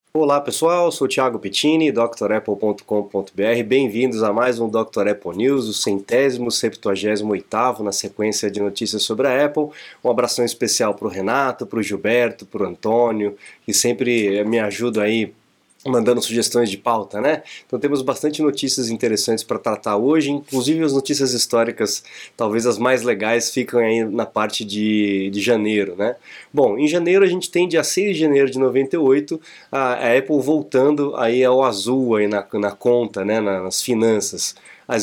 Olá pessoal, sou o Thiago Pittini, drapple.com.br. Bem-vindos a mais um Dr. Apple News, o 178º na sequência de notícias sobre a Apple. Um abração especial para o Renato, para o Gilberto, para o Antônio, que sempre me ajudam aí mandando sugestões de pauta, né? Então temos bastante notícias interessantes para tratar hoje, inclusive as notícias históricas, talvez as mais legais, ficam aí na parte de janeiro, né? Bom, em janeiro a gente tem dia 6 de janeiro de 98 a Apple voltando aí ao azul aí na conta, né? Nas finanças.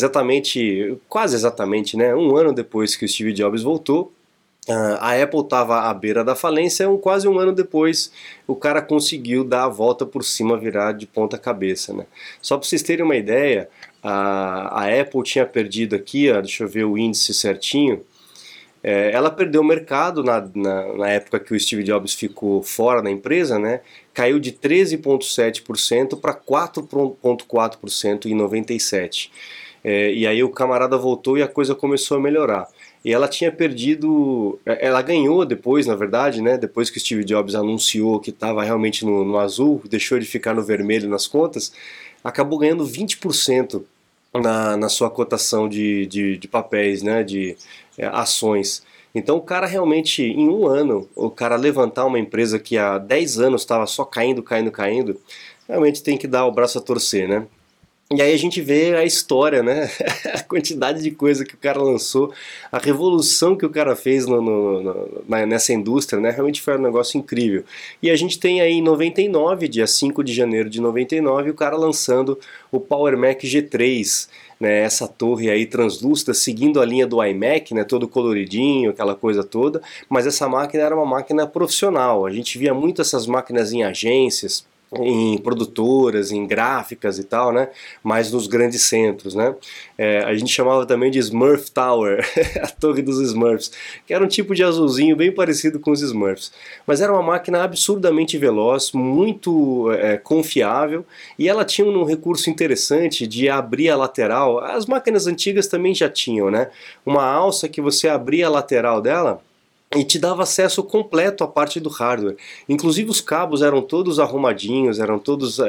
Quase exatamente, né? Um ano depois que o Steve Jobs voltou, a Apple estava à beira da falência, quase um ano depois o cara conseguiu dar a volta por cima, virar de ponta cabeça, né? Só para vocês terem uma ideia, a Apple tinha perdido aqui, ó, deixa eu ver o índice certinho, ela perdeu o mercado na época que o Steve Jobs ficou fora da empresa, né? Caiu de 13,7% para 4,4% em 97. E aí o camarada voltou e a coisa começou a melhorar. E ela tinha perdido, ela ganhou depois, na verdade, né? Depois que o Steve Jobs anunciou que estava realmente no azul, deixou de ficar no vermelho nas contas, acabou ganhando 20% na sua cotação de papéis, né? De ações. Então o cara realmente, em um ano, o cara levantar uma empresa que há 10 anos estava só caindo, caindo, caindo, realmente tem que dar o braço a torcer, né? E aí a gente vê a história, né? A quantidade de coisa que o cara lançou, a revolução que o cara fez nessa indústria, né? Realmente foi um negócio incrível. E a gente tem aí em 99, dia 5 de janeiro de 99, o cara lançando o Power Mac G3, né? Essa torre aí translúcida, seguindo a linha do iMac, né? Todo coloridinho, aquela coisa toda. Mas essa máquina era uma máquina profissional. A gente via muito essas máquinas em agências, em produtoras, em gráficas e tal, né? Mas nos grandes centros, né? A gente chamava também de Smurf Tower, a torre dos Smurfs, que era um tipo de azulzinho bem parecido com os Smurfs. Mas era uma máquina absurdamente veloz, muito confiável, e ela tinha um recurso interessante de abrir a lateral. As máquinas antigas também já tinham, né? Uma alça que você abria a lateral dela e te dava acesso completo à parte do hardware. Inclusive os cabos eram todos arrumadinhos, eram todos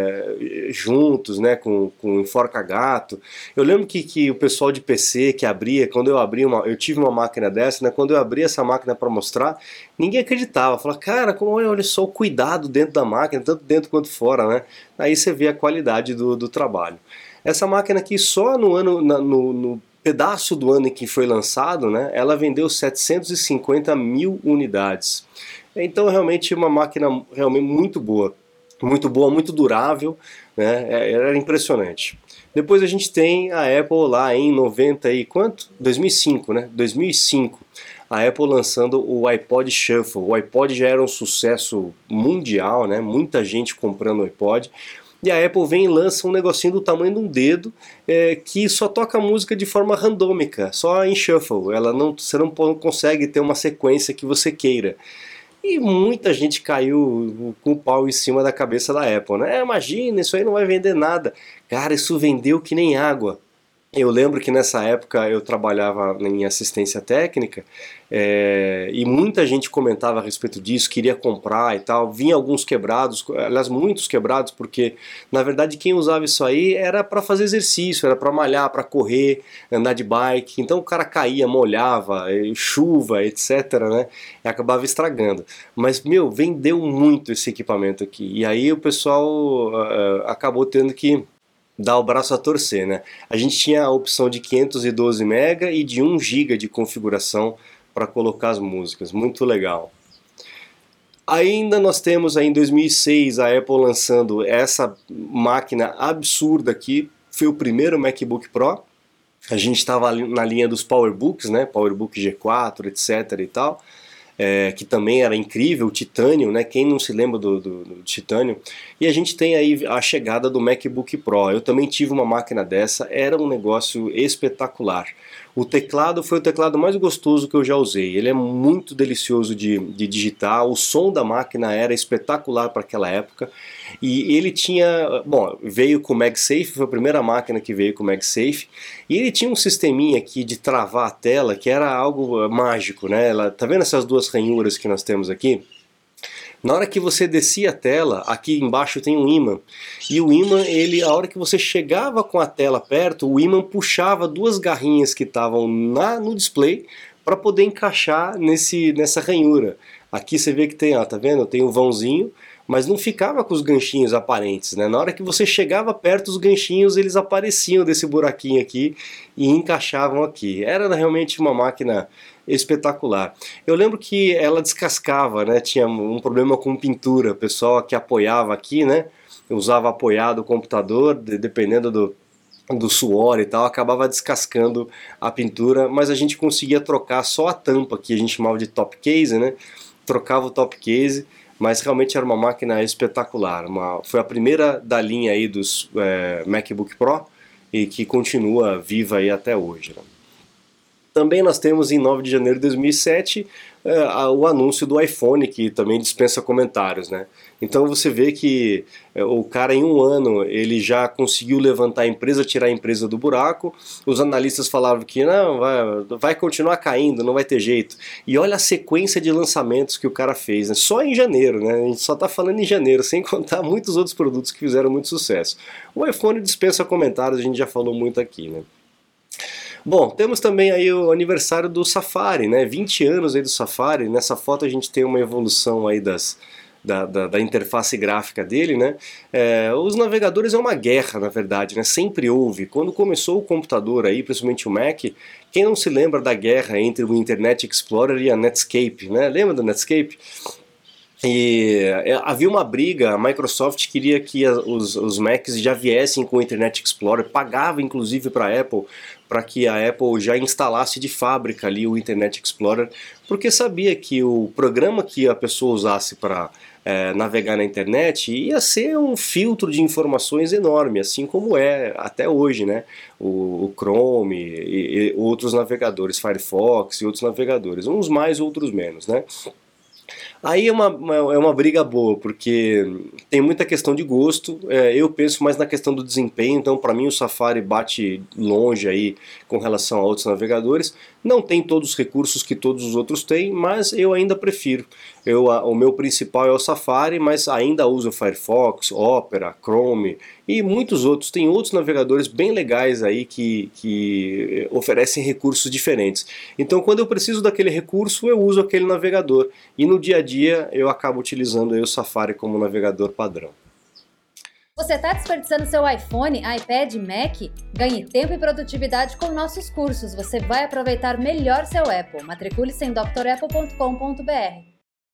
juntos, né, com enforca-gato. Eu lembro que o pessoal de PC que abria, quando eu tive uma máquina dessa, né, quando eu abri essa máquina para mostrar, ninguém acreditava. Falava, cara, olha só o cuidado dentro da máquina, tanto dentro quanto fora, né? Aí você vê a qualidade do trabalho. Essa máquina aqui só no ano, no pedaço do ano em que foi lançado, né, ela vendeu 750 mil unidades. Então realmente uma máquina realmente muito boa, muito durável, né, era impressionante. Depois a gente tem a Apple lá em 90 e quanto? 2005, né? 2005. A Apple lançando o iPod Shuffle. O iPod já era um sucesso mundial, né? Muita gente comprando o iPod. E a Apple vem e lança um negocinho do tamanho de um dedo que só toca música de forma randômica, só em shuffle. Você não consegue ter uma sequência que você queira. E muita gente caiu com o pau em cima da cabeça da Apple, né? Imagina, isso aí não vai vender nada. Cara, isso vendeu que nem água. Eu lembro que nessa época eu trabalhava em assistência técnica e muita gente comentava a respeito disso, queria comprar e tal. Vinha alguns quebrados, aliás, muitos quebrados, porque na verdade quem usava isso aí era para fazer exercício, era para malhar, para correr, andar de bike. Então o cara caía, molhava, chuva, etc., né? E acabava estragando. Mas, meu, vendeu muito esse equipamento aqui. E aí o pessoal acabou tendo que dar o braço a torcer, né? A gente tinha a opção de 512 MB e de 1 GB de configuração para colocar as músicas, muito legal. Ainda nós temos aí em 2006 a Apple lançando essa máquina absurda aqui, foi o primeiro MacBook Pro. A gente estava na linha dos PowerBooks, né? PowerBook G4, etc. e tal. Que também era incrível, o Titanium, né? Quem não se lembra do Titanium? E a gente tem aí a chegada do MacBook Pro. Eu também tive uma máquina dessa, era um negócio espetacular. O teclado foi o teclado mais gostoso que eu já usei. Ele é muito delicioso de digitar, o som da máquina era espetacular para aquela época. E ele tinha, bom, veio com o MagSafe, foi a primeira máquina que veio com o MagSafe. E ele tinha um sisteminha aqui de travar a tela que era algo mágico, né? Tá vendo essas duas ranhuras que nós temos aqui? Na hora que você descia a tela, aqui embaixo tem um ímã. E o ímã, a hora que você chegava com a tela perto, o ímã puxava duas garrinhas que estavam no display para poder encaixar nessa ranhura. Aqui você vê que tem, ó, tá vendo? Tem um vãozinho, mas não ficava com os ganchinhos aparentes, né? Na hora que você chegava perto, os ganchinhos eles apareciam desse buraquinho aqui e encaixavam aqui. Era realmente uma máquina espetacular. Eu lembro que ela descascava, né? Tinha um problema com pintura, o pessoal que apoiava aqui, né? Usava apoiado o computador, dependendo do suor e tal, acabava descascando a pintura, mas a gente conseguia trocar só a tampa, que a gente chamava de top case, né? Trocava o top case, mas realmente era uma máquina espetacular. Foi a primeira da linha aí dos MacBook Pro e que continua viva aí até hoje, né? Também nós temos em 9 de janeiro de 2007 o anúncio do iPhone, que também dispensa comentários, né? Então você vê que o cara em um ano ele já conseguiu levantar a empresa, tirar a empresa do buraco. Os analistas falavam que não, vai continuar caindo, não vai ter jeito. E olha a sequência de lançamentos que o cara fez, né? Só em janeiro, né? A gente só está falando em janeiro, sem contar muitos outros produtos que fizeram muito sucesso. O iPhone dispensa comentários, a gente já falou muito aqui, né? Bom, temos também aí o aniversário do Safari, né? 20 anos aí do Safari. Nessa foto a gente tem uma evolução aí da interface gráfica dele, né? Os navegadores é uma guerra, na verdade, né? Sempre houve. Quando começou o computador aí, principalmente o Mac, quem não se lembra da guerra entre o Internet Explorer e a Netscape, né? Lembra do Netscape? E havia uma briga, a Microsoft queria que os Macs já viessem com o Internet Explorer, pagava inclusive para a Apple, para que a Apple já instalasse de fábrica ali o Internet Explorer, porque sabia que o programa que a pessoa usasse para navegar na internet ia ser um filtro de informações enorme, assim como é até hoje, né? O Chrome e outros navegadores, Firefox e outros navegadores, uns mais, outros menos, né? Aí é uma briga boa, porque tem muita questão de gosto, eu penso mais na questão do desempenho, então para mim o Safari bate longe aí com relação a outros navegadores, não tem todos os recursos que todos os outros têm, mas eu ainda prefiro. O meu principal é o Safari, mas ainda uso o Firefox, Opera, Chrome e muitos outros. Tem outros navegadores bem legais aí que oferecem recursos diferentes. Então quando eu preciso daquele recurso, eu uso aquele navegador. E no dia a dia eu acabo utilizando aí o Safari como navegador padrão. Você está desperdiçando seu iPhone, iPad, Mac? Ganhe tempo e produtividade com nossos cursos. Você vai aproveitar melhor seu Apple. Matricule-se em drapple.com.br.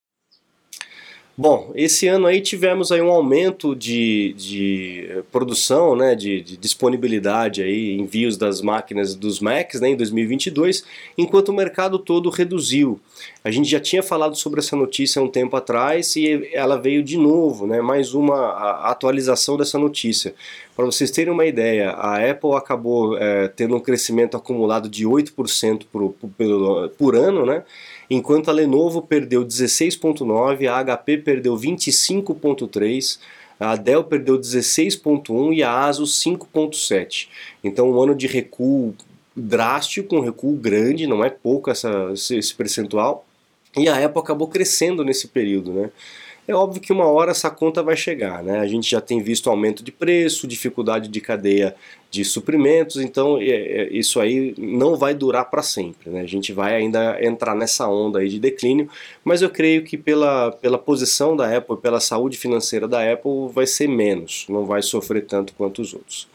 Bom, esse ano aí tivemos aí um aumento de produção, né, de disponibilidade aí, envios das máquinas dos Macs, né, em 2022, enquanto o mercado todo reduziu. A gente já tinha falado sobre essa notícia há um tempo atrás e ela veio de novo, né, mais uma atualização dessa notícia. Para vocês terem uma ideia, a Apple acabou tendo um crescimento acumulado de 8% por ano, né? Enquanto a Lenovo perdeu 16,9%, a HP perdeu 25,3%, a Dell perdeu 16,1% e a Asus 5,7%. Então um ano de recuo drástico, um recuo grande, não é pouco esse percentual, e a Apple acabou crescendo nesse período, né? É óbvio que uma hora essa conta vai chegar, né? A gente já tem visto aumento de preço, dificuldade de cadeia de suprimentos, então isso aí não vai durar para sempre, né? A gente vai ainda entrar nessa onda aí de declínio, mas eu creio que pela posição da Apple, pela saúde financeira da Apple, vai ser menos, não vai sofrer tanto quanto os outros.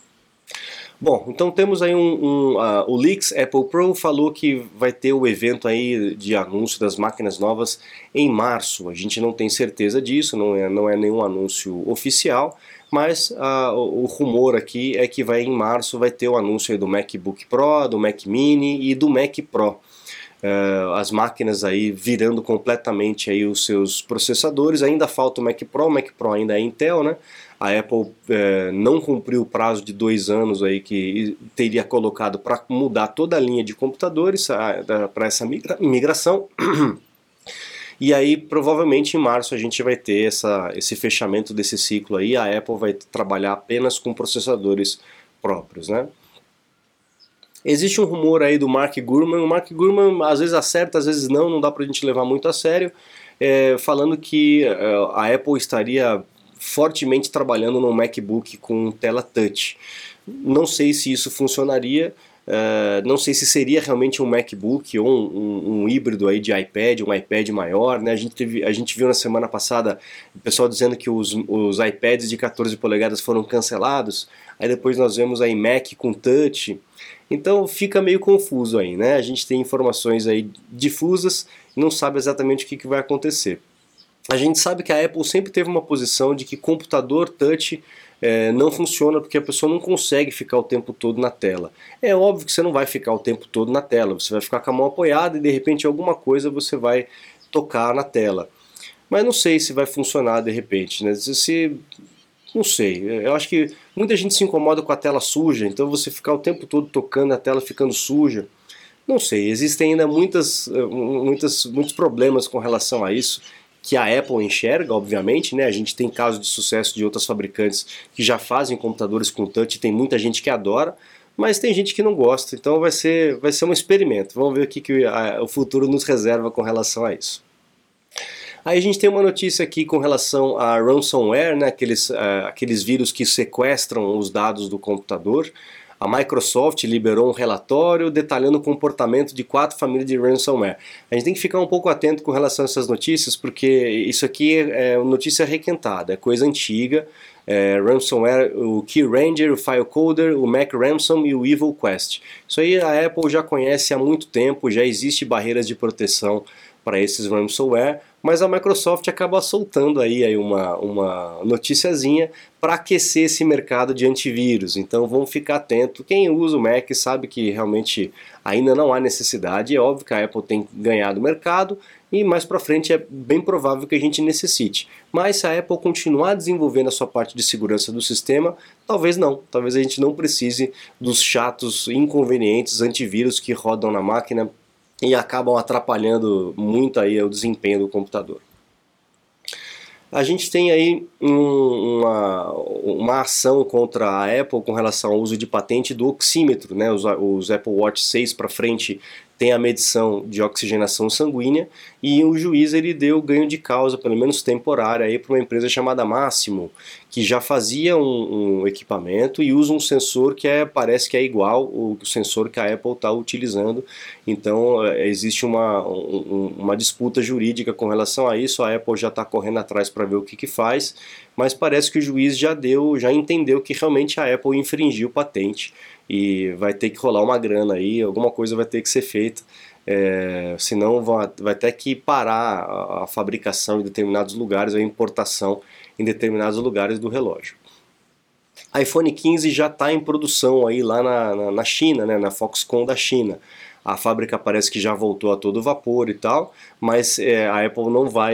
Bom, então temos aí o Leaks Apple Pro falou que vai ter o evento aí de anúncio das máquinas novas em março. A gente não tem certeza disso, não é nenhum anúncio oficial, mas o rumor aqui é que em março vai ter o anúncio aí do MacBook Pro, do Mac Mini e do Mac Pro. As máquinas aí virando completamente aí os seus processadores. Ainda falta o Mac Pro ainda é Intel, né? A Apple não cumpriu o prazo de 2 anos aí que teria colocado para mudar toda a linha de computadores para essa migração. E aí provavelmente em março a gente vai ter esse fechamento desse ciclo aí. A Apple vai trabalhar apenas com processadores próprios, né? Existe um rumor aí do Mark Gurman. O Mark Gurman às vezes acerta, às vezes não dá pra gente levar muito a sério. falando que a Apple estaria fortemente trabalhando no MacBook com tela touch. Não sei se isso funcionaria, não sei se seria realmente um MacBook ou um híbrido aí de iPad, um iPad maior, né? A gente viu na semana passada o pessoal dizendo que os iPads de 14 polegadas foram cancelados, aí depois nós vemos aí Mac com touch, então fica meio confuso aí, né? A gente tem informações aí difusas e não sabe exatamente o que vai acontecer. A gente sabe que a Apple sempre teve uma posição de que computador touch não funciona porque a pessoa não consegue ficar o tempo todo na tela. É óbvio que você não vai ficar o tempo todo na tela, você vai ficar com a mão apoiada e de repente alguma coisa você vai tocar na tela. Mas não sei se vai funcionar de repente, né? Não sei, eu acho que muita gente se incomoda com a tela suja, então você ficar o tempo todo tocando a tela ficando suja. Não sei, existem ainda muitos problemas com relação a isso, que a Apple enxerga, obviamente, né? A gente tem casos de sucesso de outras fabricantes que já fazem computadores com touch, tem muita gente que adora, mas tem gente que não gosta, então vai ser um experimento. Vamos ver o que o futuro nos reserva com relação a isso. Aí a gente tem uma notícia aqui com relação a ransomware, né? Aqueles vírus que sequestram os dados do computador. A Microsoft liberou um relatório detalhando o comportamento de 4 famílias de ransomware. A gente tem que ficar um pouco atento com relação a essas notícias, porque isso aqui é notícia requentada, é coisa antiga. Ransomware, o KeyRanger, o FileCoder, o MacRansom e o EvilQuest. Isso aí a Apple já conhece há muito tempo, já existe barreiras de proteção para esses ransomware, mas a Microsoft acaba soltando aí uma noticiazinha para aquecer esse mercado de antivírus. Então vamos ficar atento. Quem usa o Mac sabe que realmente ainda não há necessidade. É óbvio que a Apple tem ganhado mercado e mais para frente é bem provável que a gente necessite. Mas se a Apple continuar desenvolvendo a sua parte de segurança do sistema, talvez não. Talvez a gente não precise dos chatos, inconvenientes antivírus que rodam na máquina e acabam atrapalhando muito aí o desempenho do computador. A gente tem aí uma ação contra a Apple com relação ao uso de patente do oxímetro, né? Os Apple Watch 6 para frente tem a medição de oxigenação sanguínea e o juiz ele deu ganho de causa, pelo menos temporário, aí para uma empresa chamada Máximo, que já fazia um equipamento e usa um sensor que parece que é igual o sensor que a Apple está utilizando. Então existe uma disputa jurídica com relação a isso, a Apple já está correndo atrás para ver o que faz, mas parece que o juiz já entendeu que realmente a Apple infringiu patente e vai ter que rolar uma grana aí, alguma coisa vai ter que ser feita, senão vai ter que parar a fabricação em determinados lugares, a importação em determinados lugares do relógio. iPhone 15 já está em produção aí lá na China, né, na Foxconn da China. A fábrica parece que já voltou a todo vapor e tal, mas a Apple não vai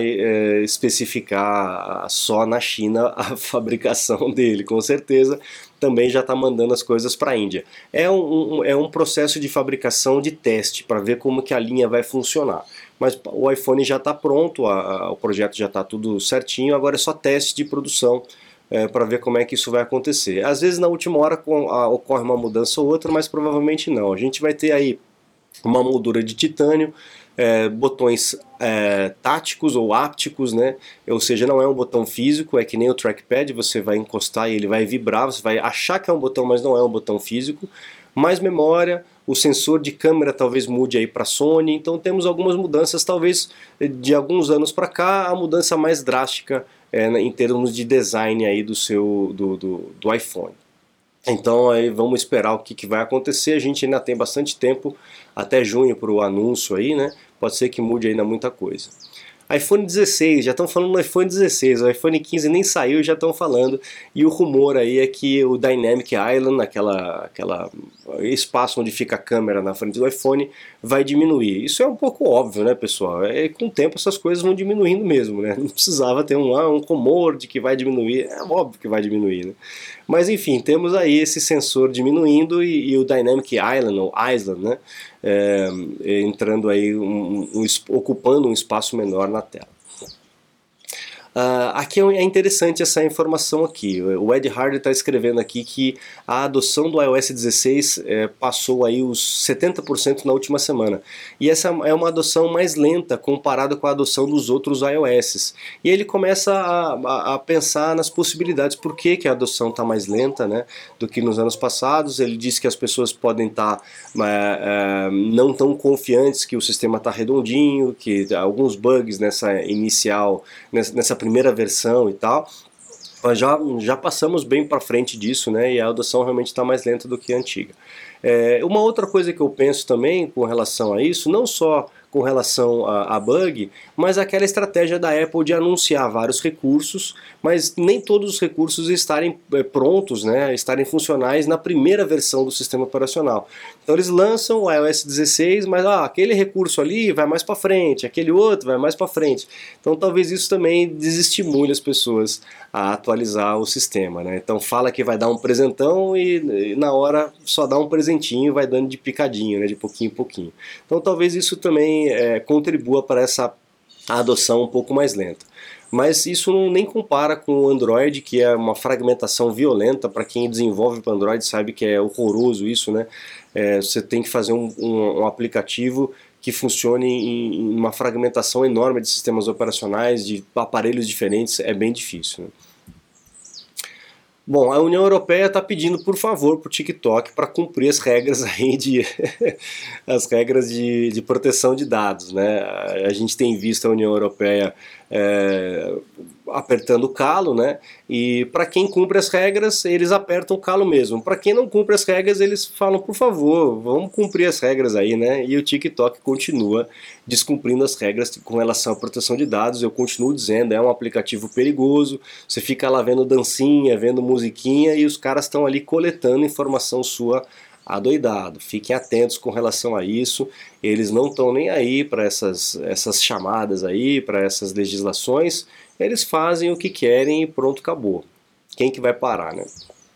especificar só na China a fabricação dele, com certeza também já está mandando as coisas para a Índia. É um processo de fabricação de teste para ver como que a linha vai funcionar. Mas o iPhone já está pronto, o projeto já está tudo certinho, agora é só teste de produção para ver como é que isso vai acontecer. Às vezes na última hora ocorre uma mudança ou outra, mas provavelmente não. A gente vai ter aí uma moldura de titânio, botões táticos ou ápticos, né? Ou seja, não é um botão físico, é que nem o trackpad, você vai encostar e ele vai vibrar, você vai achar que é um botão, mas não é um botão físico. Mais memória, o sensor de câmera talvez mude aí para Sony, então temos algumas mudanças, talvez de alguns anos para cá, a mudança mais drástica em termos de design aí do iPhone. Então aí vamos esperar o que vai acontecer, a gente ainda tem bastante tempo, até junho para o anúncio aí, né? Pode ser que mude ainda muita coisa. iPhone 16, já estão falando no iPhone 16, o iPhone 15 nem saiu, já estão falando, e o rumor aí é que o Dynamic Island, aquela espaço onde fica a câmera na frente do iPhone, vai diminuir. Isso é um pouco óbvio, né, pessoal? Com o tempo essas coisas vão diminuindo mesmo, né? Não precisava ter um rumor de que vai diminuir, é óbvio que vai diminuir, né? Mas enfim, temos aí esse sensor diminuindo e o Dynamic Island, ou Island, né? Entrando aí, ocupando um espaço menor na tela. Aqui é interessante essa informação aqui. O Ed Hardy está escrevendo aqui que a adoção do iOS 16 passou aí os 70% na última semana. E essa é uma adoção mais lenta comparada com a adoção dos outros iOS. E ele começa a pensar nas possibilidades. Por que a adoção está mais lenta, né, do que nos anos passados? Ele diz que as pessoas podem estar não tão confiantes que o sistema está redondinho, que alguns bugs nessa inicial, nessa primeira versão e tal, mas já passamos bem para frente disso, né? E a adoção realmente está mais lenta do que a antiga. Uma outra coisa que eu penso também com relação a isso, não só com relação a bug, mas aquela estratégia da Apple de anunciar vários recursos, mas nem todos os recursos estarem prontos, né, estarem funcionais na primeira versão do sistema operacional. Então eles lançam o iOS 16, mas aquele recurso ali vai mais para frente, aquele outro vai mais para frente. Então talvez isso também desestimule as pessoas a atualizar o sistema, né? Então fala que vai dar um presentão e na hora só dá um presentinho e vai dando de picadinho, né, de pouquinho em pouquinho. Então talvez isso também contribua para essa adoção um pouco mais lenta. Mas isso nem compara com o Android, que é uma fragmentação violenta. Para quem desenvolve para Android sabe que é horroroso isso, né? Você tem que fazer um aplicativo que funcione em uma fragmentação enorme de sistemas operacionais, de aparelhos diferentes, é bem difícil, né? Bom, a União Europeia está pedindo, por favor, para o TikTok para cumprir as regras aí as regras de proteção de dados, né? A gente tem visto a União Europeia apertando o calo, né? E para quem cumpre as regras, eles apertam o calo mesmo. Para quem não cumpre as regras, eles falam, por favor, vamos cumprir as regras aí, né? E o TikTok continua descumprindo as regras com relação à proteção de dados. Eu continuo dizendo, é um aplicativo perigoso. Você fica lá vendo dancinha, vendo musiquinha e os caras estão ali coletando informação sua adoidado. Fiquem atentos com relação a isso. Eles não estão nem aí para essas chamadas aí, para essas legislações. Eles fazem o que querem e pronto, acabou. Quem que vai parar, né?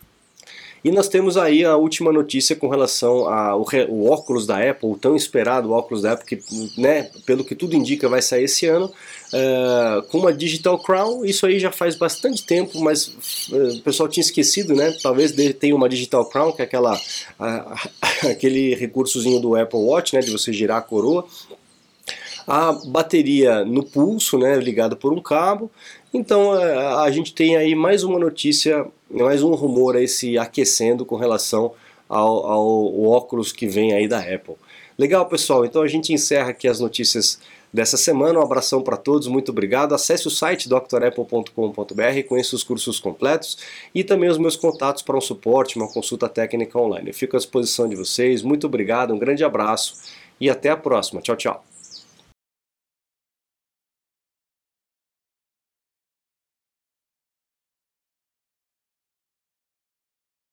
E nós temos aí a última notícia com relação ao óculos da Apple, o tão esperado óculos da Apple, que, né, pelo que tudo indica vai sair esse ano, com uma Digital Crown. Isso aí já faz bastante tempo, mas o pessoal tinha esquecido, né? Talvez tenha uma Digital Crown, que é aquele recursozinho do Apple Watch, né, de você girar a coroa. A bateria no pulso, né, ligada por um cabo. Então a gente tem aí mais uma notícia, mais um rumor aí se aquecendo com relação ao óculos que vem aí da Apple. Legal, pessoal, então a gente encerra aqui as notícias dessa semana. Um abração para todos, muito obrigado. Acesse o site drapple.com.br, conheça os cursos completos e também os meus contatos para um suporte, uma consulta técnica online. Eu fico à disposição de vocês, muito obrigado, um grande abraço e até a próxima. Tchau, tchau.